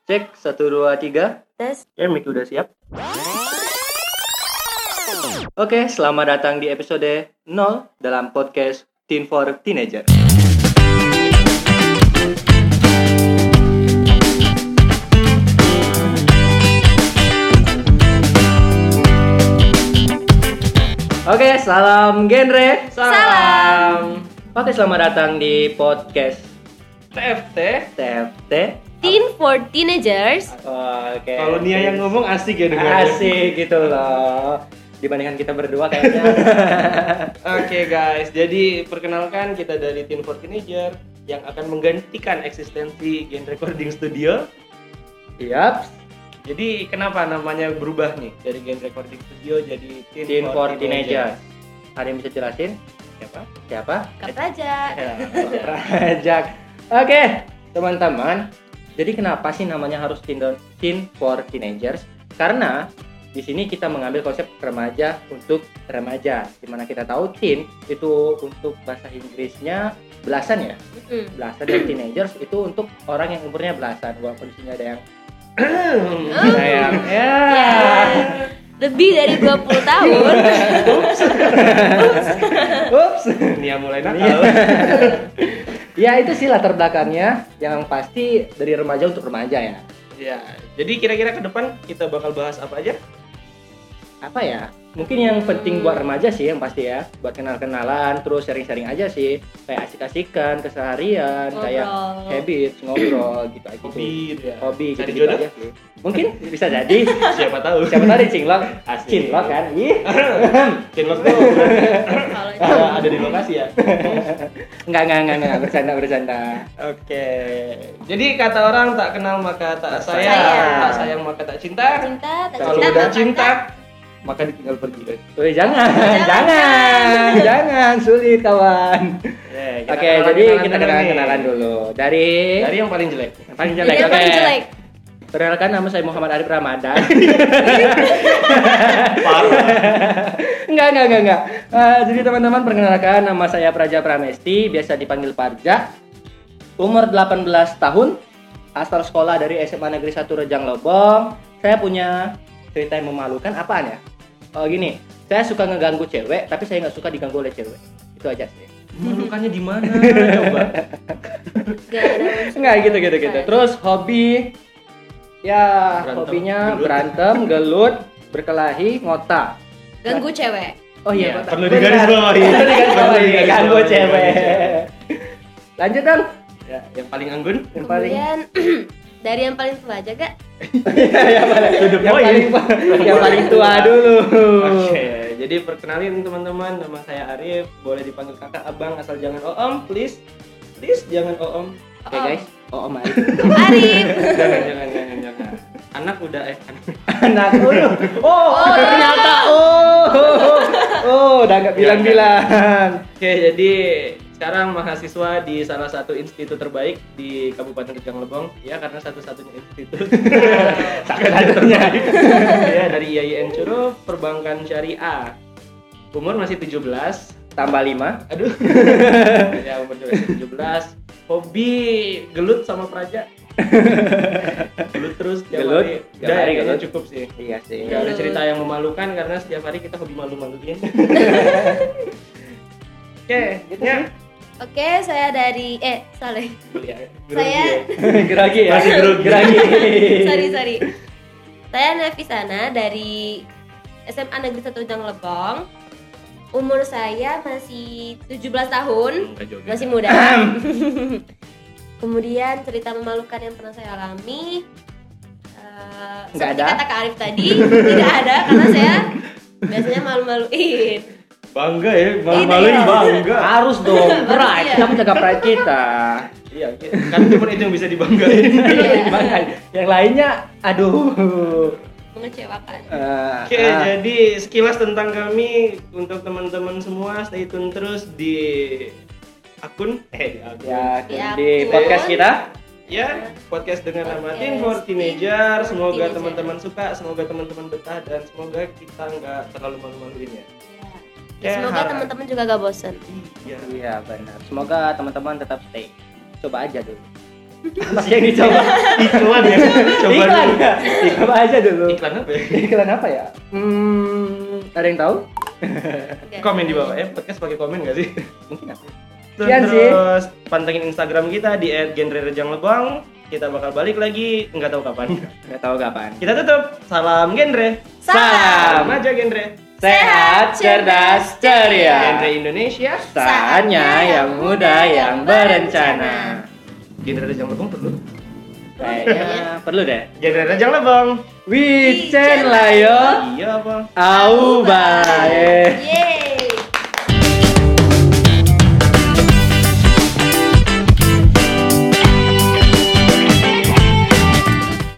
Cek 1 2 3. Tes. Ya, mic udah siap. Oke, selamat datang di episode 0 dalam podcast Teen for Teenager. Oke, salam genre. Salam. Oke, selamat datang di podcast TFT. Teen for Teenagers. Oke. Kalau Nia yang ngomong asik ya dengarnya. asik gitu loh. Dibandingkan kita berdua kayaknya. Oke guys, jadi perkenalkan kita dari Teen for Teenager yang akan menggantikan eksistensi Gen Recording Studio. Yap. Jadi kenapa namanya berubah nih dari Gen Recording Studio jadi Teen for Teenager. Ada yang bisa jelasin? Siapa? Kak Praja. Ya. Rajak. Oke, teman-teman. Jadi kenapa sih namanya harus Teen for Teenagers? Karena di sini kita mengambil konsep remaja untuk remaja. Dimana kita tahu teen itu untuk bahasa Inggrisnya belasan ya. Belasan, dan teenagers itu untuk orang yang umurnya belasan. Walaupun di sini ada yang sayang. Ya. Lebih dari 20 tahun. Ups. Nia mulai nakal. Ya itu sih latar belakangnya. Yang pasti dari remaja untuk remaja ya. Ya, jadi kira-kira ke depan kita bakal bahas apa aja? Apa ya? Mungkin yang penting buat remaja sih yang pasti ya, buat kenal-kenalan, terus sharing-sharing aja sih, kayak asik-asikan keseharian, kayak habits, ngobrol gitu aja. Hobi Cari gitu jodoh? aja sih. Mungkin bisa jadi. Siapa tahu. Siapa tahu di Cinlok, Asik. Cinlok kan? Ih. Cinlok tuh ada di lokasi ya. Enggak, bercanda. Oke. Jadi kata orang tak kenal maka tak sayang, sayang. tak sayang maka tak cinta. Cinta, tak Kalau cinta, udah tak cinta, maka ditinggal pergi. Woi, jangan sulit kawan. Oke, jadi kita kenalan dulu dari yang paling jelek. paling Jadi jelek. yang paling jelek. Perkenalkan, nama saya Muhammad Arif Ramadan. Enggak. Jadi teman-teman, perkenalkan, nama saya Praja Pramesti, biasa dipanggil Parja. Umur 18 tahun, asal sekolah dari SMA Negeri 1 Rejang Lebong. Saya punya cerita yang memalukan, apaan ya? Oh gini, saya suka ngeganggu cewek, tapi saya nggak suka diganggu oleh cewek. Itu aja sih. Memalukannya di mana? Coba. Enggak gitu. Terus hobi, ya Berantem, hobinya gelut. berantem, gelut, berkelahi, ngota. Ganggu cewek. Oh Iya, iya, perlu digarisbawahi. ganggu cewek. Lanjut dong. Ya, yang paling anggun. Yang paling Kemudian dari yang paling tua aja gak? yang paling tua dulu. Oke, jadi perkenalin teman-teman, nama saya Arif, boleh dipanggil kakak, abang, asal jangan oom, please jangan oom. Oke guys, Om Arif. Arif. Jangan. Anak udah Anak dulu. Ternyata udah nggak bilang-bilang. Oke, jadi sekarang mahasiswa di salah satu institut terbaik di Kabupaten Rejang Lebong, ya karena satu-satunya institut. Satu-satunya. Ya, dari IAIN Curup, Perbankan Syariah. Umur masih 17. Tambah 5. Aduh. Ya, umur 17. Hobi gelut sama Praja. Gelut terus tiap Gelut, hari. tiap hari Kayaknya gelut. cukup sih. Iya sih. Gak ada cerita yang memalukan karena setiap hari kita hobi malu-maluin. Oke, Gitu ya. sih. Oke, saya dari Saleh. Saya Geragi ya. Masih grogi. Geragi. Sorry. Saya Nafisana dari SMA Negeri 1 Rejang Lebong. Umur saya masih 17 tahun. Masih muda. Kemudian cerita memalukan yang pernah saya alami, Nggak seperti ada. kata Kak Arif tadi, tidak ada karena saya biasanya malu-maluin. Bangga ya, malu-maluin bangga. Harus dong. Pride. Iya. Kita menjaga pride kita. Iya, kan cuma itu yang bisa dibanggain. Makanya yang lainnya, aduh. Mengecewakan. Oke, jadi sekilas tentang kami untuk teman-teman semua, stay tune terus di akun Ya, Di di akun. podcast kita. ya podcast dengan nama Podcast Teen for Teenager. Semoga Teenager. teman-teman suka, semoga teman-teman betah, dan semoga kita nggak terlalu malu-maluin ya. Semoga teman-teman juga gak bosan. Iya. Iya benar. Semoga teman-teman tetap stay. Coba aja dulu. Apa sih yang dicoba? Iklan ya. Coba Iklan dulu. ya? Coba aja dulu. Iklan apa ya? Iklan apa ya? Ada yang tahu? Enggak. Komen di bawah ya, podcast pakai komen nggak sih? Mungkin apa? Sekian sih. Terus pantengin Instagram kita di @genre_rejang_lebong. Kita bakal balik lagi, nggak tahu kapan. Nggak tahu kapan. Kita tutup. Salam genre. Salam. Remaja genre. Sehat, cerdas, ceria. Genre Indonesia. Saatnya yang muda yang berencana. Genre Rejang Lebong perlu. Kayaknya perlu deh. Genre Rejang Lebong. Wicen lah yo. Iya apa? Au bae. Yeay.